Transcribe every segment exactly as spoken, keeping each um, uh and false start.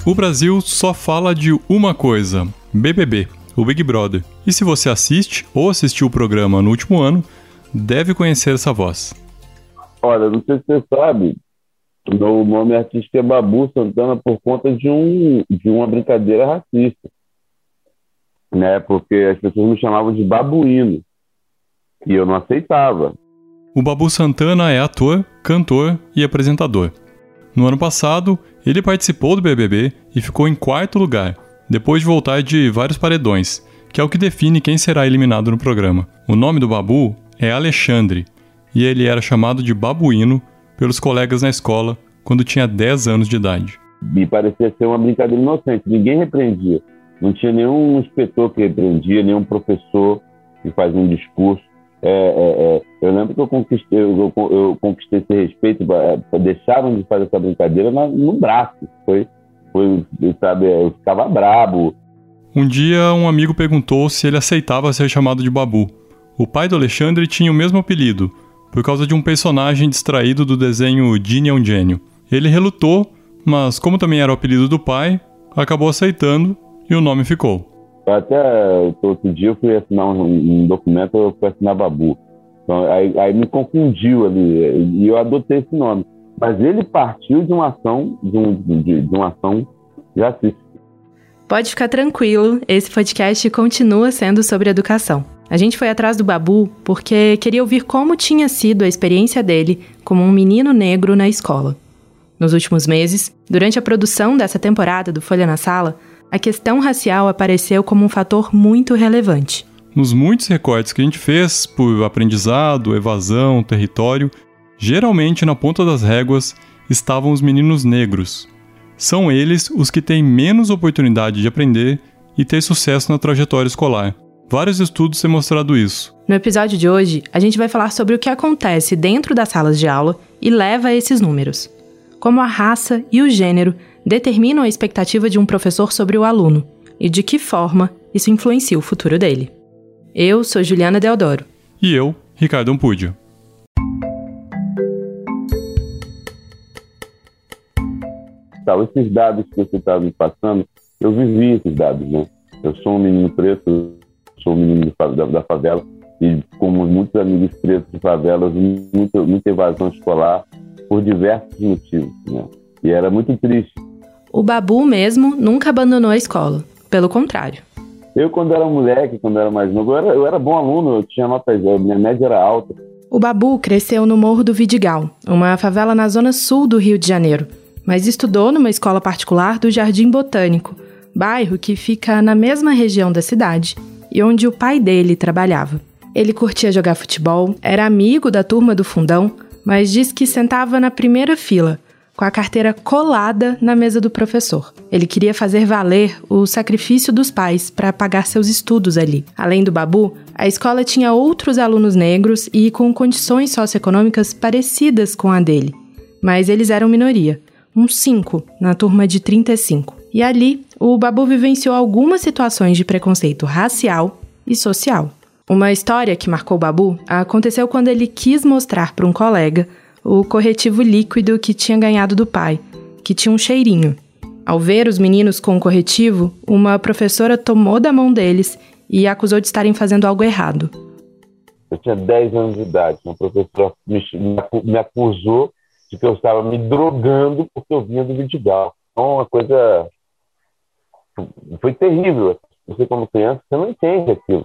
O Brasil só fala de uma coisa, B B B, o Big Brother. E se você assiste ou assistiu o programa no último ano, deve conhecer essa voz. Olha, não sei se você sabe, o meu nome artístico é Babu Santana por conta de, um, de uma brincadeira racista, né? Porque as pessoas me chamavam de babuíno e eu não aceitava. O Babu Santana é ator, cantor e apresentador. No ano passado, ele participou do B B B e ficou em quarto lugar, depois de voltar de vários paredões, que é o que define quem será eliminado no programa. O nome do Babu é Alexandre, e ele era chamado de babuíno pelos colegas na escola quando tinha dez anos de idade. Me parecia ser uma brincadeira inocente, ninguém repreendia. Não tinha nenhum inspetor que repreendia, nenhum professor que fazia um discurso. É, é, é, eu lembro que eu conquistei, eu, eu, eu conquistei esse respeito, é, deixaram de fazer essa brincadeira na, no braço. Foi, foi, sabe, eu ficava brabo. Um dia, um amigo perguntou se ele aceitava ser chamado de Babu. O pai do Alexandre tinha o mesmo apelido, por causa de um personagem distraído do desenho Ginny é um Gênio. Ele relutou, mas como também era o apelido do pai, acabou aceitando e o nome ficou. Até outro dia eu fui assinar um, um documento, eu fui assinar Babu. Então, aí, aí me confundiu ali, e eu adotei esse nome. Mas ele partiu de uma ação, de, um, de, de uma ação racista. Pode ficar tranquilo, esse podcast continua sendo sobre educação. A gente foi atrás do Babu porque queria ouvir como tinha sido a experiência dele como um menino negro na escola. Nos últimos meses, durante a produção dessa temporada do Folha na Sala, a questão racial apareceu como um fator muito relevante. Nos muitos recortes que a gente fez, por aprendizado, evasão, território, geralmente na ponta das réguas estavam os meninos negros. São eles os que têm menos oportunidade de aprender e ter sucesso na trajetória escolar. Vários estudos têm mostrado isso. No episódio de hoje, a gente vai falar sobre o que acontece dentro das salas de aula e leva a esses números. Como a raça e o gênero determinam a expectativa de um professor sobre o aluno e de que forma isso influencia o futuro dele. Eu sou Juliana Deodoro. E eu, Ricardo Ampudio. Então, esses dados que você está me passando, eu vivi esses dados, né? Eu sou um menino preto, sou um menino da, da favela e, como muitos amigos pretos de favelas, muita, muita evasão escolar por diversos motivos, né? E era muito triste. O Babu mesmo nunca abandonou a escola, pelo contrário. Eu, quando era moleque, quando era mais novo, eu era, eu era bom aluno, eu tinha notas, minha média era alta. O Babu cresceu no Morro do Vidigal, uma favela na zona sul do Rio de Janeiro, mas estudou numa escola particular do Jardim Botânico, bairro que fica na mesma região da cidade e onde o pai dele trabalhava. Ele curtia jogar futebol, era amigo da turma do fundão, mas diz que sentava na primeira fila, com a carteira colada na mesa do professor. Ele queria fazer valer o sacrifício dos pais para pagar seus estudos ali. Além do Babu, a escola tinha outros alunos negros e com condições socioeconômicas parecidas com a dele. Mas eles eram minoria, uns cinco na turma de trinta e cinco. E ali, o Babu vivenciou algumas situações de preconceito racial e social. Uma história que marcou o Babu aconteceu quando ele quis mostrar para um colega o corretivo líquido que tinha ganhado do pai, que tinha um cheirinho. Ao ver os meninos com o corretivo, uma professora tomou da mão deles e acusou de estarem fazendo algo errado. Eu tinha dez anos de idade, uma professora me, me acusou de que eu estava me drogando porque eu vinha do Vidigal. Então, uma coisa... Foi terrível. Você, como criança, você não entende aquilo.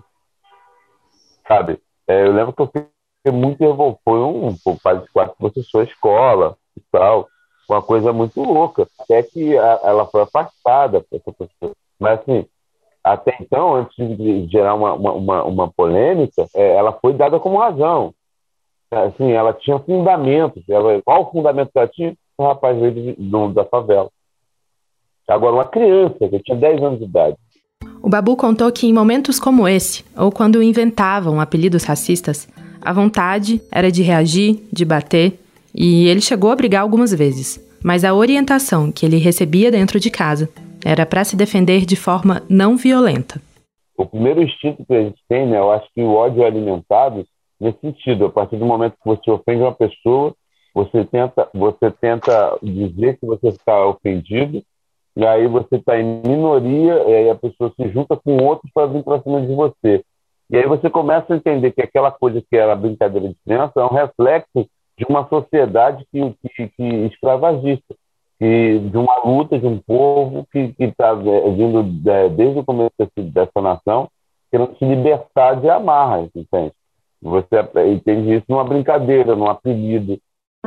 Sabe? É, eu lembro que eu fiquei muito revoltado. Foi um, um pai de quatro professores, escola e tal. Uma coisa muito louca. Até que a, ela foi afastada, essa professora. Mas, assim, até então, antes de gerar uma, uma, uma, uma polêmica, é, ela foi dada como razão. Assim, ela tinha fundamentos. Ela, qual o fundamento que ela tinha? O rapaz veio de, de, da favela. Agora, uma criança que tinha dez anos de idade. O Babu contou que em momentos como esse, ou quando inventavam apelidos racistas, a vontade era de reagir, de bater, e ele chegou a brigar algumas vezes. Mas a orientação que ele recebia dentro de casa era para se defender de forma não violenta. O primeiro instinto que a gente tem, né, eu acho que o ódio é alimentado nesse sentido. A partir do momento que você ofende uma pessoa, você tenta, você tenta dizer que você está ofendido e aí você está em minoria, e aí a pessoa se junta com outros para vir para cima de você. E aí você começa a entender que aquela coisa que era brincadeira de criança é um reflexo de uma sociedade que, que, que escravagista, que, de uma luta de um povo que está vindo de, desde o começo desse, dessa nação, querendo se libertar de amarras, entende? Você entende isso numa brincadeira, num apelido.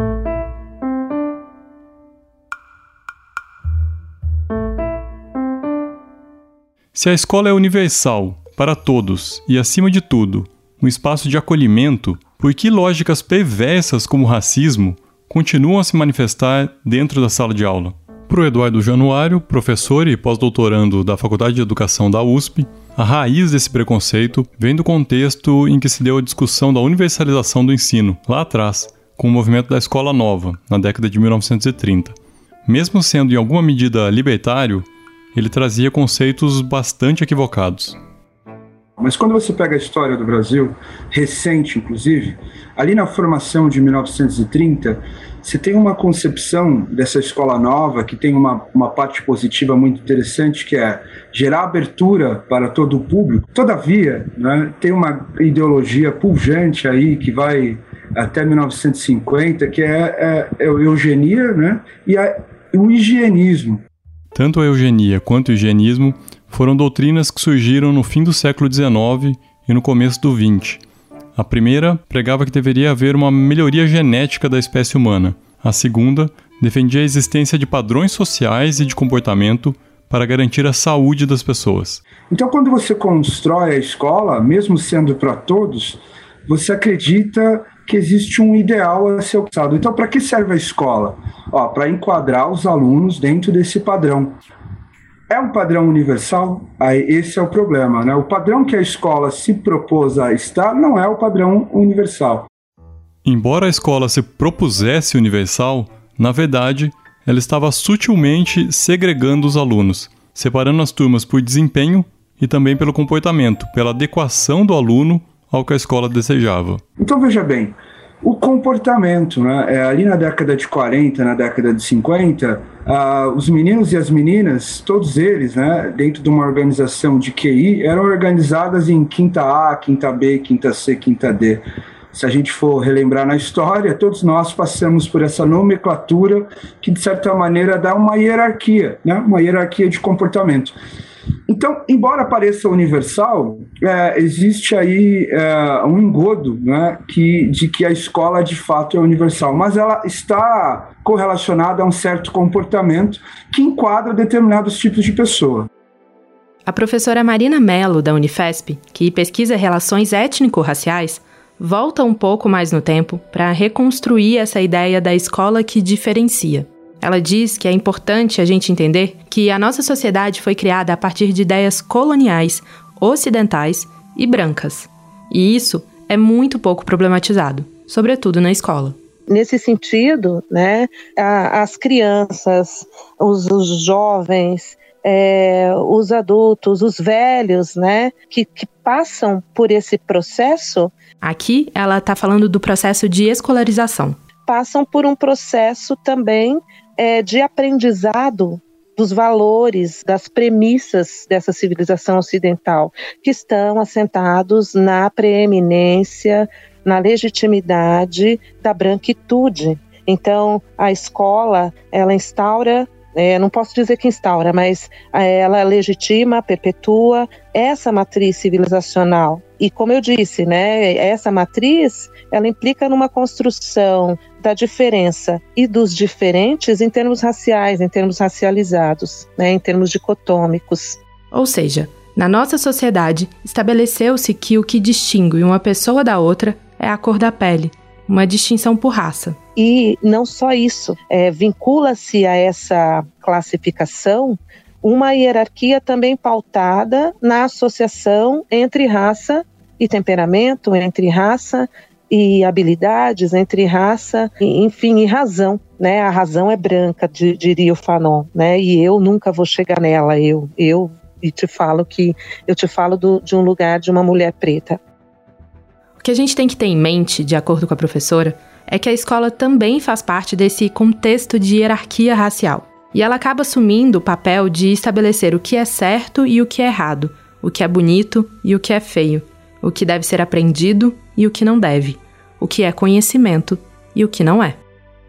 Se a escola é universal, para todos e, acima de tudo, um espaço de acolhimento, por que lógicas perversas como o racismo continuam a se manifestar dentro da sala de aula? Para o Eduardo Januário, professor e pós-doutorando da Faculdade de Educação da U S P, a raiz desse preconceito vem do contexto em que se deu a discussão da universalização do ensino, lá atrás, com o movimento da Escola Nova, na década de mil novecentos e trinta. Mesmo sendo em alguma medida libertário, ele trazia conceitos bastante equivocados. Mas quando você pega a história do Brasil, recente inclusive, ali na formação de mil novecentos e trinta, você tem uma concepção dessa escola nova que tem uma, uma parte positiva muito interessante, que é gerar abertura para todo o público. Todavia, né, tem uma ideologia pujante aí que vai até mil novecentos e cinquenta, que é, é, é a eugenia, né, e a, o higienismo. Tanto a eugenia quanto o higienismo foram doutrinas que surgiram no fim do século dezenove e no começo do vinte. A primeira pregava que deveria haver uma melhoria genética da espécie humana. A segunda defendia a existência de padrões sociais e de comportamento para garantir a saúde das pessoas. Então, quando você constrói a escola, mesmo sendo para todos, você acredita que existe um ideal a ser alcançado. Então, para que serve a escola? Para enquadrar os alunos dentro desse padrão. É um padrão universal? Aí esse é o problema, né? O padrão que a escola se propôs a estar não é o padrão universal. Embora a escola se propusesse universal, na verdade, ela estava sutilmente segregando os alunos, separando as turmas por desempenho e também pelo comportamento, pela adequação do aluno ao que a escola desejava. Então, veja bem, o comportamento, né? É, ali na década de quarenta, na década de cinquenta, uh, os meninos e as meninas, todos eles, né, dentro de uma organização de Q I, eram organizadas em quinta A, quinta B, quinta C, quinta D. Se a gente for relembrar na história, todos nós passamos por essa nomenclatura que, de certa maneira, dá uma hierarquia, né? Uma hierarquia de comportamento. Então, embora pareça universal, é, existe aí é, um engodo, né, que, de que a escola de fato é universal, mas ela está correlacionada a um certo comportamento que enquadra determinados tipos de pessoa. A professora Marina Mello, da Unifesp, que pesquisa relações étnico-raciais, volta um pouco mais no tempo para reconstruir essa ideia da escola que diferencia. Ela diz que é importante a gente entender que a nossa sociedade foi criada a partir de ideias coloniais, ocidentais e brancas. E isso é muito pouco problematizado, sobretudo na escola. Nesse sentido, né, as crianças, os, os jovens, é, os adultos, os velhos, né, que, que passam por esse processo... Aqui ela está falando do processo de escolarização. Passam por um processo também é, de aprendizado dos valores, das premissas dessa civilização ocidental, que estão assentados na preeminência, na legitimidade da branquitude. Então, a escola, ela instaura, é, não posso dizer que instaura, mas ela legitima, perpetua essa matriz civilizacional. E como eu disse, né, essa matriz, ela implica numa construção da diferença e dos diferentes em termos raciais, em termos racializados, né, em termos dicotômicos. Ou seja, na nossa sociedade, estabeleceu-se que o que distingue uma pessoa da outra é a cor da pele, uma distinção por raça. E não só isso, é, vincula-se a essa classificação uma hierarquia também pautada na associação entre raça e temperamento, entre raça e habilidades, entre raça, e, enfim, e razão, né? A razão é branca, diria o Fanon, né? E eu nunca vou chegar nela, eu, eu e te falo que eu te falo do, de um lugar de uma mulher preta. O que a gente tem que ter em mente, de acordo com a professora, é que a escola também faz parte desse contexto de hierarquia racial. E ela acaba assumindo o papel de estabelecer o que é certo e o que é errado, o que é bonito e o que é feio, o que deve ser aprendido e o que não deve, o que é conhecimento e o que não é.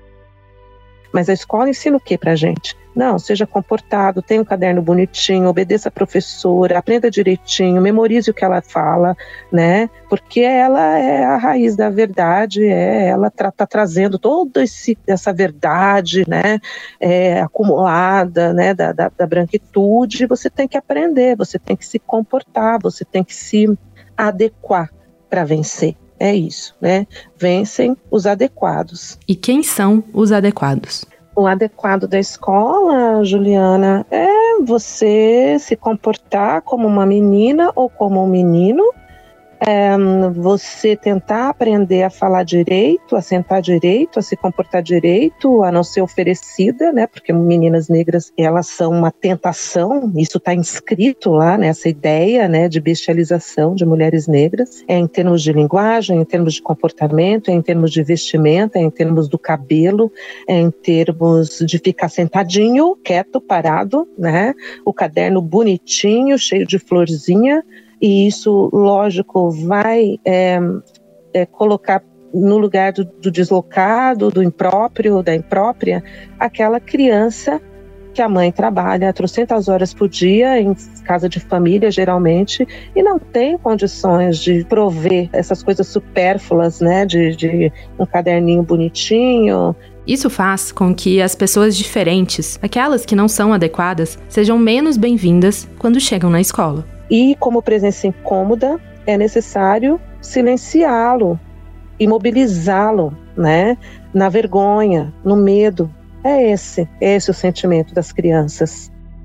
Mas a escola ensina o que pra gente? Não, seja comportado, tenha um caderno bonitinho, obedeça a professora, aprenda direitinho, memorize o que ela fala, né? Porque ela é a raiz da verdade, é, ela está tra- trazendo toda esse, essa verdade, né? É, acumulada, né? Da, da, da branquitude. Você tem que aprender, você tem que se comportar, você tem que se adequar para vencer. É isso, né? Vencem os adequados. E quem são os adequados? O adequado da escola, Juliana, é você se comportar como uma menina ou como um menino, é você tentar aprender a falar direito, a sentar direito, a se comportar direito, a não ser oferecida, né? Porque meninas negras, elas são uma tentação, isso está inscrito lá nessa ideia, né, de bestialização de mulheres negras, é em termos de linguagem, em termos de comportamento, é em termos de vestimenta, é em termos do cabelo, é em termos de ficar sentadinho, quieto, parado, né? O caderno bonitinho, cheio de florzinha. E isso, lógico, vai é, é, colocar no lugar do, do deslocado, do impróprio, da imprópria, aquela criança que a mãe trabalha trocentas horas por dia em casa de família, geralmente, e não tem condições de prover essas coisas supérfluas, né, de, de um caderninho bonitinho. Isso faz com que as pessoas diferentes, aquelas que não são adequadas, sejam menos bem-vindas quando chegam na escola. E como presença incômoda, é necessário silenciá-lo, imobilizá-lo, né? Na vergonha, no medo. É esse, é esse o sentimento das crianças.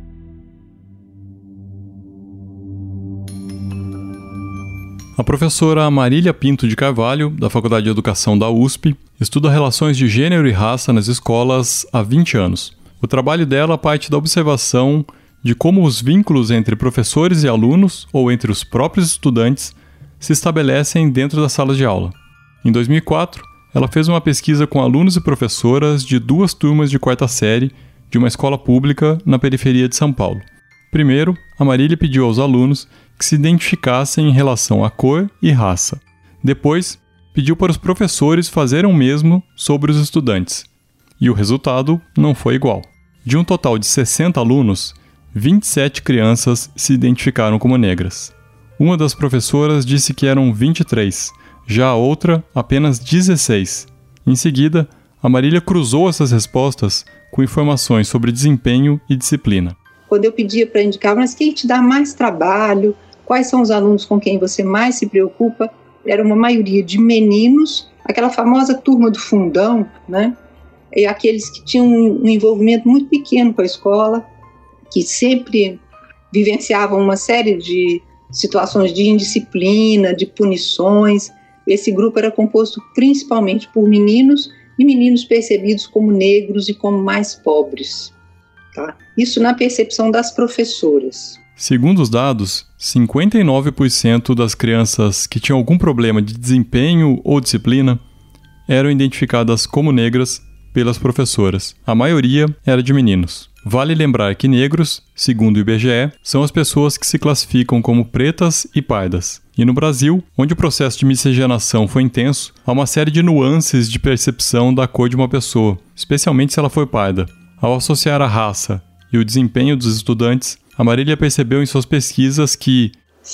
A professora Marília Pinto de Carvalho, da Faculdade de Educação da U S P, estuda relações de gênero e raça nas escolas há vinte anos. O trabalho dela parte da observação de como os vínculos entre professores e alunos, ou entre os próprios estudantes, se estabelecem dentro das salas de aula. Em dois mil e quatro, ela fez uma pesquisa com alunos e professoras de duas turmas de quarta série de uma escola pública na periferia de São Paulo. Primeiro, a Marília pediu aos alunos que se identificassem em relação à cor e raça. Depois, pediu para os professores fazerem o mesmo sobre os estudantes. E o resultado não foi igual. De um total de sessenta alunos, vinte e sete crianças se identificaram como negras. Uma das professoras disse que eram vinte e três, já a outra apenas dezesseis. Em seguida, a Marília cruzou essas respostas com informações sobre desempenho e disciplina. Quando eu pedia para indicar, mas quem te dá mais trabalho, quais são os alunos com quem você mais se preocupa, era uma maioria de meninos, aquela famosa turma do fundão, né? E aqueles que tinham um envolvimento muito pequeno com a escola, que sempre vivenciavam uma série de situações de indisciplina, de punições. Esse grupo era composto principalmente por meninos e meninos percebidos como negros e como mais pobres. Tá? Isso na percepção das professoras. Segundo os dados, cinquenta e nove por cento das crianças que tinham algum problema de desempenho ou disciplina eram identificadas como negras pelas professoras. A maioria era de meninos. Vale lembrar que negros, segundo o I B G E, são as pessoas que se classificam como pretas e pardas. E no Brasil, onde o processo de miscigenação foi intenso, há uma série de nuances de percepção da cor de uma pessoa, especialmente se ela for parda. Ao associar a raça e o desempenho dos estudantes, a Marília percebeu em suas pesquisas que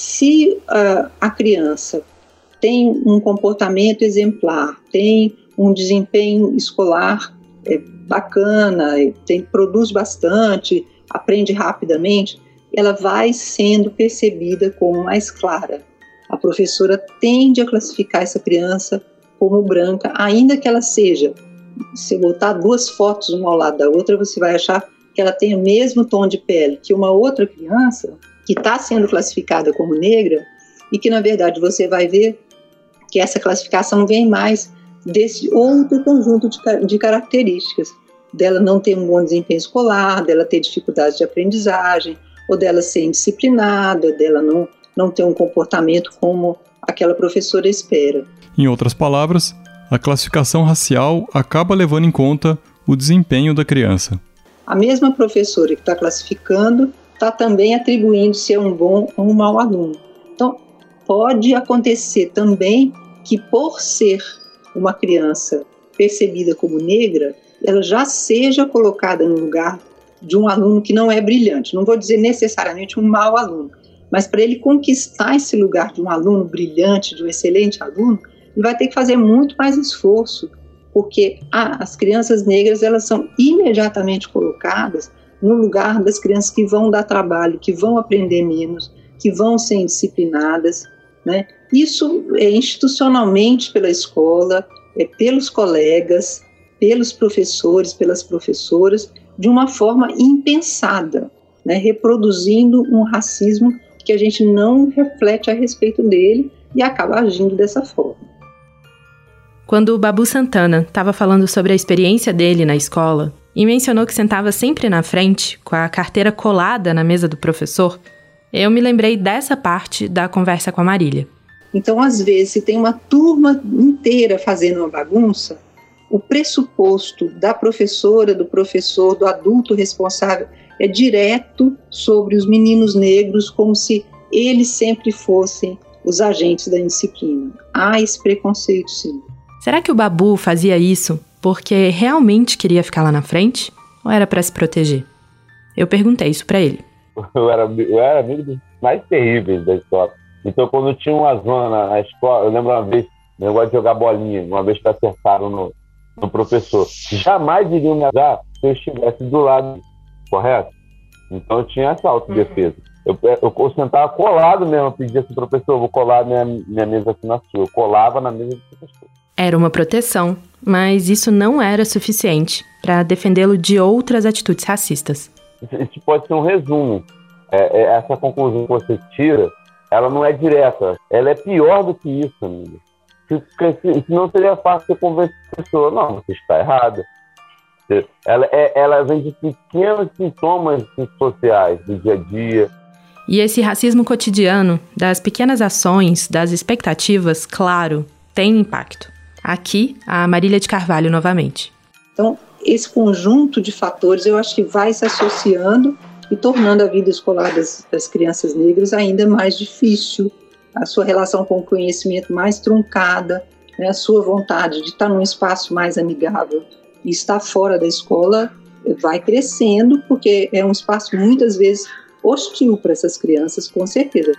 se uh, a criança tem um comportamento exemplar, tem um desempenho escolar é, bacana, tem, produz bastante, aprende rapidamente, ela vai sendo percebida como mais clara. A professora tende a classificar essa criança como branca, ainda que ela seja. Se botar duas fotos uma ao lado da outra, você vai achar que ela tem o mesmo tom de pele que uma outra criança que está sendo classificada como negra e que, na verdade, você vai ver que essa classificação vem mais desse outro conjunto de, de características, dela não ter um bom desempenho escolar, dela ter dificuldades de aprendizagem, ou dela ser indisciplinada, dela não, não ter um comportamento como aquela professora espera. Em outras palavras, a classificação racial acaba levando em conta o desempenho da criança. a mesma professora que está classificando está também atribuindo se é um bom ou um mau aluno. Então, pode acontecer também que, por ser uma criança percebida como negra, ela já seja colocada no lugar de um aluno que não é brilhante. Não vou dizer necessariamente um mau aluno, mas para ele conquistar esse lugar de um aluno brilhante, de um excelente aluno, ele vai ter que fazer muito mais esforço, porque ah, as crianças negras elas são imediatamente colocadas no lugar das crianças que vão dar trabalho, que vão aprender menos, que vão ser indisciplinadas, né? Isso é institucionalmente pela escola, é pelos colegas, pelos professores, pelas professoras, de uma forma impensada, né? Reproduzindo um racismo que a gente não reflete a respeito dele e acaba agindo dessa forma. Quando o Babu Santana estava falando sobre a experiência dele na escola e mencionou que sentava sempre na frente, com a carteira colada na mesa do professor, eu me lembrei dessa parte da conversa com a Marília. Então, às vezes, se tem uma turma inteira fazendo uma bagunça, o pressuposto da professora, do professor, do adulto responsável é direto sobre os meninos negros, como se eles sempre fossem os agentes da indisciplina. Há esse preconceito, sim. Será que o Babu fazia isso porque realmente queria ficar lá na frente? Ou era para se proteger? Eu perguntei isso para ele. Eu era, eu era amigo dos mais terríveis da escola. Então, quando tinha uma zona na, na escola, eu lembro uma vez, eu negócio de jogar bolinha, uma vez que acertaram no, no professor. Jamais iriam me ajudar se eu estivesse do lado, correto? Então, eu tinha essa autodefesa. Eu, eu, eu sentava colado mesmo, eu pedia assim, professor, eu vou colar minha, minha mesa aqui na sua. Eu colava na mesa do professor. Era uma proteção, mas isso não era suficiente para defendê-lo de outras atitudes racistas. Isso pode ser um resumo. É, é, essa conclusão que você tira, ela não é direta. Ela é pior do que isso, amiga. Se, senão seria fácil você convencer a pessoa. Não, você está errada. Ela, é, ela vem de pequenos sintomas sociais do dia a dia. E esse racismo cotidiano, das pequenas ações, das expectativas, claro, tem impacto. Aqui, a Marília de Carvalho novamente. Então, esse conjunto de fatores eu acho que vai se associando e tornando a vida escolar das, das crianças negras ainda mais difícil, a sua relação com o conhecimento mais truncada, né, a sua vontade de estar num espaço mais amigável e estar fora da escola vai crescendo, porque é um espaço muitas vezes hostil para essas crianças, com certeza.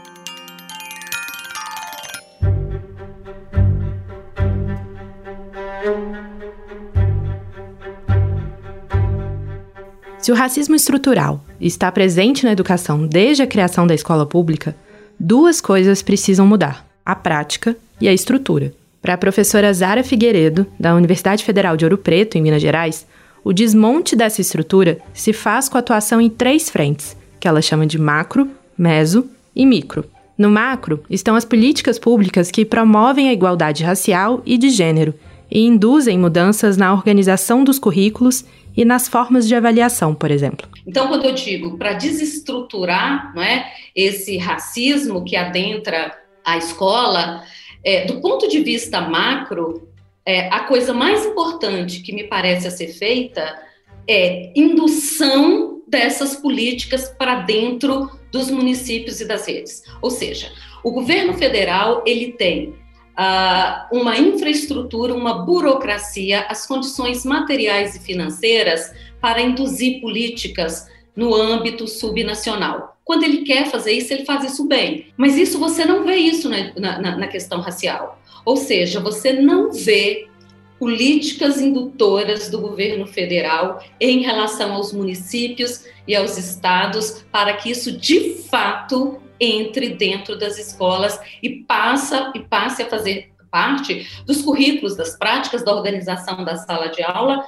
Se o racismo estrutural está presente na educação desde a criação da escola pública, duas coisas precisam mudar: a prática e a estrutura. Para a professora Zara Figueiredo, da Universidade Federal de Ouro Preto, em Minas Gerais, o desmonte dessa estrutura se faz com a atuação em três frentes, que ela chama de macro, meso e micro. No macro estão as políticas públicas que promovem a igualdade racial e de gênero e induzem mudanças na organização dos currículos e nas formas de avaliação, por exemplo. Então, quando eu digo para desestruturar, não é, esse racismo que adentra a escola, é, do ponto de vista macro, é, a coisa mais importante que me parece a ser feita é indução dessas políticas para dentro dos municípios e das redes. Ou seja, o governo federal ele tem Uh, uma infraestrutura, uma burocracia, as condições materiais e financeiras para induzir políticas no âmbito subnacional. Quando ele quer fazer isso, ele faz isso bem. Mas isso você não vê isso na, na, na questão racial. Ou seja, você não vê políticas indutoras do governo federal em relação aos municípios e aos estados para que isso, de fato, entre dentro das escolas e, passa, e passe a fazer parte dos currículos, das práticas, da organização da sala de aula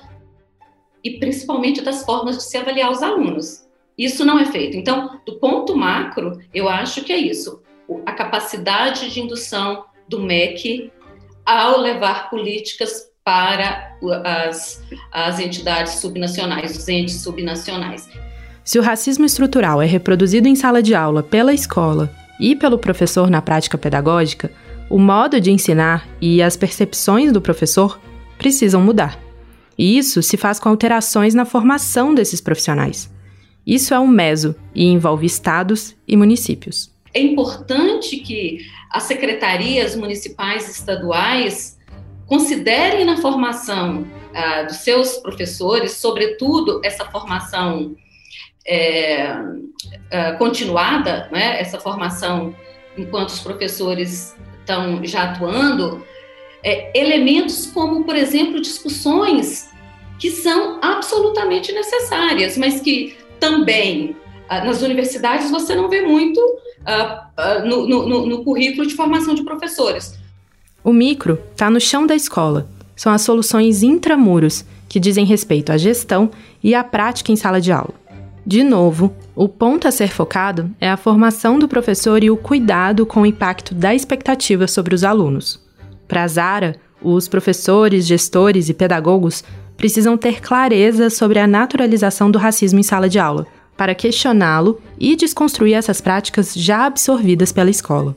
e principalmente das formas de se avaliar os alunos. Isso não é feito. Então, do ponto macro, eu acho que é isso. A capacidade de indução do M E C ao levar políticas para as, as entidades subnacionais, os entes subnacionais. Se o racismo estrutural é reproduzido em sala de aula pela escola e pelo professor na prática pedagógica, o modo de ensinar e as percepções do professor precisam mudar. E isso se faz com alterações na formação desses profissionais. Isso é um meso e envolve estados e municípios. É importante que as secretarias municipais e estaduais considerem na formação ah, dos seus professores, sobretudo essa formação é, ah, continuada, né? Essa formação enquanto os professores estão já atuando, é, elementos como, por exemplo, discussões que são absolutamente necessárias, mas que também ah, nas universidades você não vê muito ah, ah, no, no, no currículo de formação de professores. O micro está no chão da escola. São as soluções intramuros que dizem respeito à gestão e à prática em sala de aula. De novo, o ponto a ser focado é a formação do professor e o cuidado com o impacto da expectativa sobre os alunos. Para a Zara, os professores, gestores e pedagogos precisam ter clareza sobre a naturalização do racismo em sala de aula, para questioná-lo e desconstruir essas práticas já absorvidas pela escola.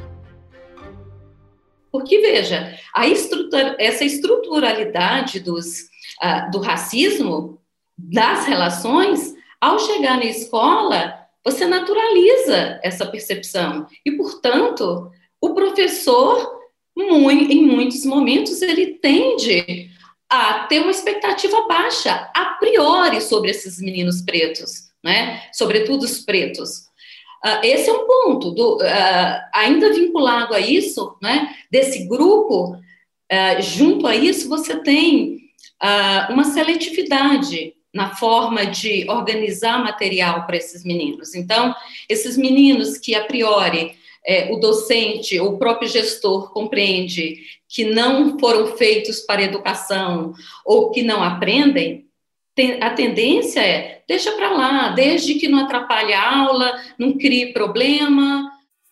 Porque, veja, a estrutura, essa estruturalidade dos, uh, do racismo, das relações, ao chegar na escola, você naturaliza essa percepção. E, portanto, o professor, muito, em muitos momentos, ele tende a ter uma expectativa baixa, a priori, sobre esses meninos pretos, né? Sobretudo os pretos. Uh, esse é um ponto, do, uh, ainda vinculado a isso, né, desse grupo, uh, junto a isso você tem uh, uma seletividade na forma de organizar material para esses meninos. Então, esses meninos que, a priori, eh, o docente ou o próprio gestor compreende que não foram feitos para educação ou que não aprendem, a tendência é, deixa para lá, desde que não atrapalhe a aula, não crie problema.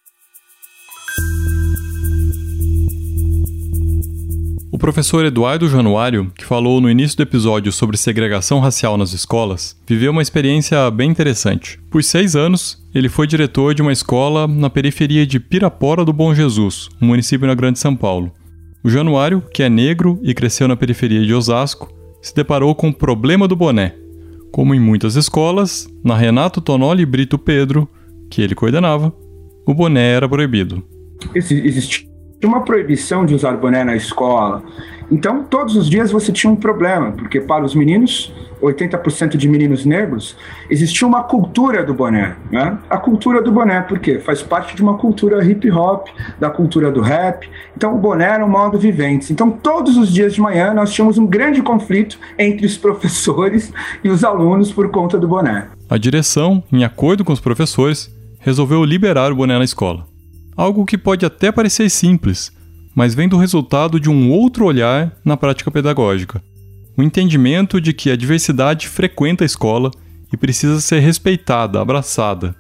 O professor Eduardo Januário, que falou no início do episódio sobre segregação racial nas escolas, viveu uma experiência bem interessante. Por seis anos, ele foi diretor de uma escola na periferia de Pirapora do Bom Jesus, um município na Grande São Paulo. O Januário, que é negro e cresceu na periferia de Osasco, se deparou com o problema do boné. Como em muitas escolas, na Renato Tonoli Brito Pedro, que ele coordenava, o boné era proibido. Existia uma proibição de usar boné na escola. Então, todos os dias você tinha um problema, porque para os meninos, oitenta por cento de meninos negros, existia uma cultura do boné, né? A cultura do boné, por quê? Faz parte de uma cultura hip hop, da cultura do rap. Então, o boné era um modo vivente. Então, todos os dias de manhã, nós tínhamos um grande conflito entre os professores e os alunos por conta do boné. A direção, em acordo com os professores, resolveu liberar o boné na escola. Algo que pode até parecer simples, mas vem do resultado de um outro olhar na prática pedagógica. O entendimento de que a diversidade frequenta a escola e precisa ser respeitada, abraçada.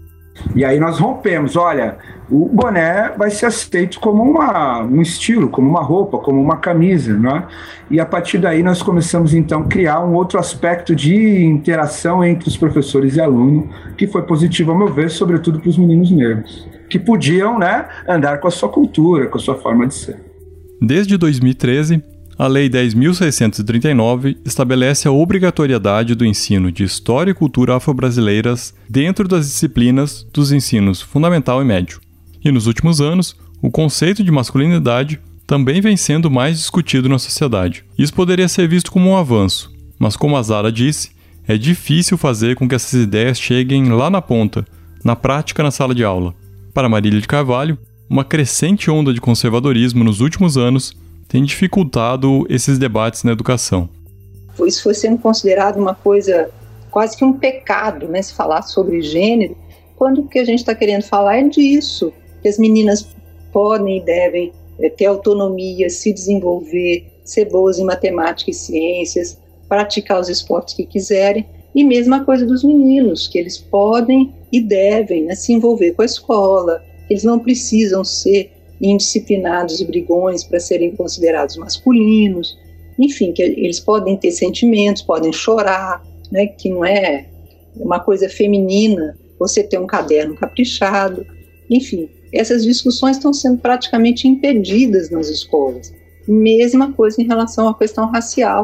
E aí nós rompemos, olha, o boné vai ser aceito como uma, um estilo, como uma roupa, como uma camisa, não é? E a partir daí nós começamos então a criar um outro aspecto de interação entre os professores e alunos, que foi positivo ao meu ver, sobretudo para os meninos negros, que podiam, né, andar com a sua cultura, com a sua forma de ser. Desde dois mil e treze, a Lei dez mil seiscentos e trinta e nove estabelece a obrigatoriedade do ensino de História e Cultura afro-brasileiras dentro das disciplinas dos ensinos fundamental e médio. E nos últimos anos, o conceito de masculinidade também vem sendo mais discutido na sociedade. Isso poderia ser visto como um avanço, mas como a Zara disse, é difícil fazer com que essas ideias cheguem lá na ponta, na prática na sala de aula. Para Marília de Carvalho, uma crescente onda de conservadorismo nos últimos anos tem dificultado esses debates na educação. Isso foi sendo considerado uma coisa, quase que um pecado, né, se falar sobre gênero, quando o que a gente está querendo falar é disso, que as meninas podem e devem é, ter autonomia, se desenvolver, ser boas em matemática e ciências, praticar os esportes que quiserem, e mesma coisa dos meninos, que eles podem e devem, né, se envolver com a escola, eles não precisam ser indisciplinados e brigões para serem considerados masculinos, enfim, que eles podem ter sentimentos, podem chorar, né, que não é uma coisa feminina você ter um caderno caprichado, enfim, essas discussões estão sendo praticamente impedidas nas escolas. Mesma coisa em relação à questão racial.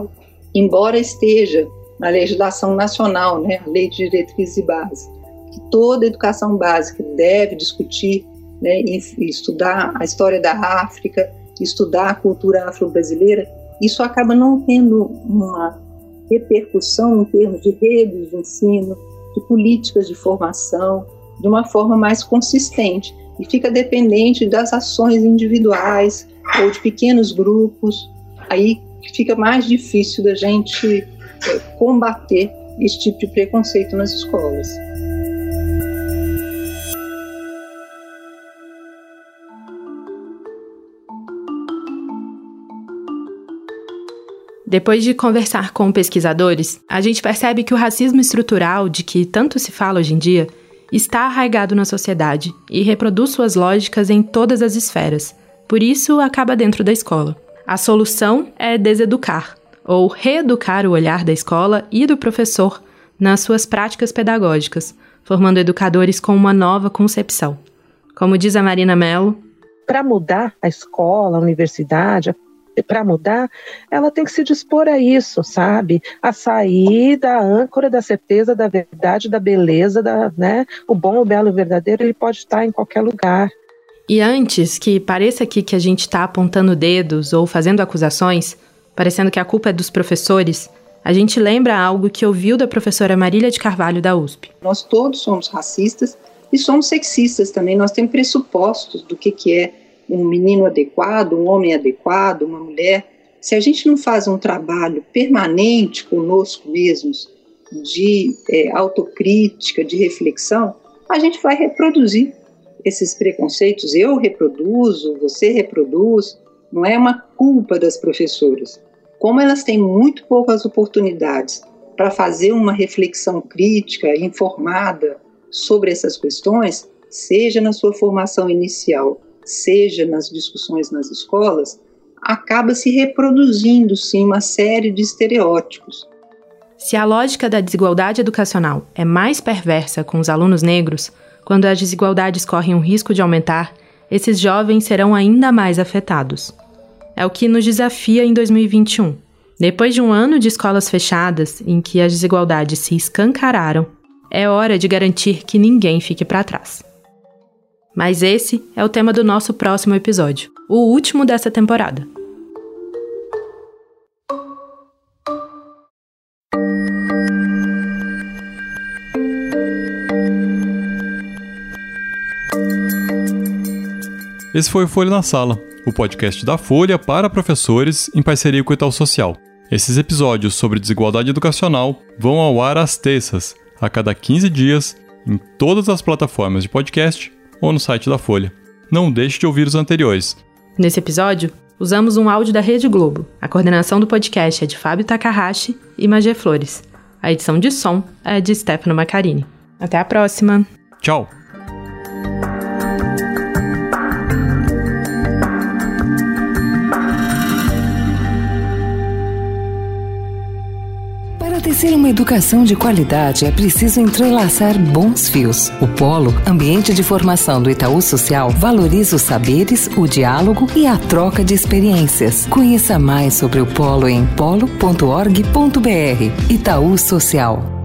embora esteja na legislação nacional, né, a Lei de Diretrizes e Bases, que toda educação básica deve discutir, né, e estudar a história da África, estudar a cultura afro-brasileira, isso acaba não tendo uma repercussão em termos de redes de ensino, de políticas de formação, de uma forma mais consistente, e fica dependente das ações individuais ou de pequenos grupos. Aí fica mais difícil da gente é, combater esse tipo de preconceito nas escolas. Depois de conversar com pesquisadores, a gente percebe que o racismo estrutural de que tanto se fala hoje em dia está arraigado na sociedade e reproduz suas lógicas em todas as esferas. Por isso, acaba dentro da escola. A solução é deseducar, ou reeducar o olhar da escola e do professor nas suas práticas pedagógicas, formando educadores com uma nova concepção. Como diz a Marina Mello, para mudar a escola, a universidade, para mudar, ela tem que se dispor a isso, sabe? A sair da âncora da certeza, da verdade, da beleza, da, né? O bom, o belo e o verdadeiro, ele pode estar em qualquer lugar. E antes que pareça aqui que a gente está apontando dedos ou fazendo acusações, parecendo que a culpa é dos professores, a gente lembra algo que ouviu da professora Marília de Carvalho da U S P. Nós todos somos racistas e somos sexistas também. Nós temos pressupostos do que, que é um menino adequado, um homem adequado, uma mulher. Se a gente não faz um trabalho permanente conosco mesmos, de é, autocrítica, de reflexão, a gente vai reproduzir esses preconceitos. Eu reproduzo, você reproduz. Não é uma culpa das professoras. Como elas têm muito poucas oportunidades para fazer uma reflexão crítica, informada sobre essas questões, seja na sua formação inicial, seja nas discussões nas escolas, acaba se reproduzindo, sim, uma série de estereótipos. Se a lógica da desigualdade educacional é mais perversa com os alunos negros, quando as desigualdades correm o risco de aumentar, esses jovens serão ainda mais afetados. É o que nos desafia em dois mil e vinte e um. Depois de um ano de escolas fechadas, em que as desigualdades se escancararam, é hora de garantir que ninguém fique para trás. Mas esse é o tema do nosso próximo episódio, o último dessa temporada. Esse foi o Folha na Sala, o podcast da Folha para professores em parceria com o Itaú Social. Esses episódios sobre desigualdade educacional vão ao ar às terças, a cada quinze dias, em todas as plataformas de podcast ou no site da Folha. Não deixe de ouvir os anteriores. Nesse episódio, usamos um áudio da Rede Globo. A coordenação do podcast é de Fábio Takahashi e Magé Flores. A edição de som é de Stefano Maccarini. Até a próxima! Tchau! Para tecer uma educação de qualidade, é preciso entrelaçar bons fios. O Polo, ambiente de formação do Itaú Social, valoriza os saberes, o diálogo e a troca de experiências. Conheça mais sobre o Polo em polo ponto org ponto br. Itaú Social.